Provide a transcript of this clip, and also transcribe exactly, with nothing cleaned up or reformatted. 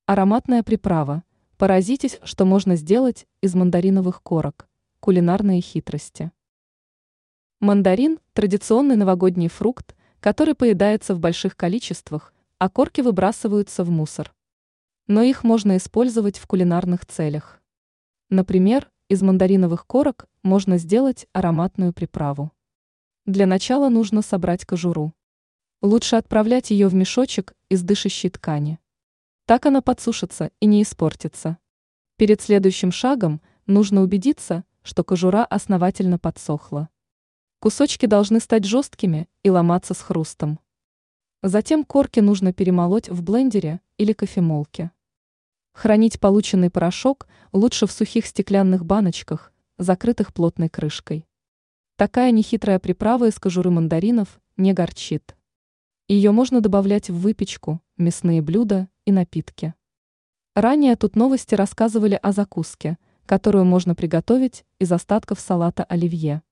Ароматная приправа. Поразитесь, что можно сделать из мандариновых корок. Кулинарные хитрости. Мандарин – традиционный новогодний фрукт, который поедается в больших количествах, а корки выбрасываются в мусор. Но их можно использовать в кулинарных целях. Например, из мандариновых корок можно сделать ароматную приправу. Для начала нужно собрать кожуру. Лучше отправлять ее в мешочек из дышащей ткани. Так она подсушится и не испортится. Перед следующим шагом нужно убедиться, что кожура основательно подсохла. Кусочки должны стать жесткими и ломаться с хрустом. Затем корки нужно перемолоть в блендере или кофемолке. Хранить полученный порошок лучше в сухих стеклянных баночках, закрытых плотной крышкой. Такая нехитрая приправа из кожуры мандаринов не горчит. Ее можно добавлять в выпечку, мясные блюда и напитки. Ранее тут новости рассказывали о закуске, которую можно приготовить из остатков салата оливье.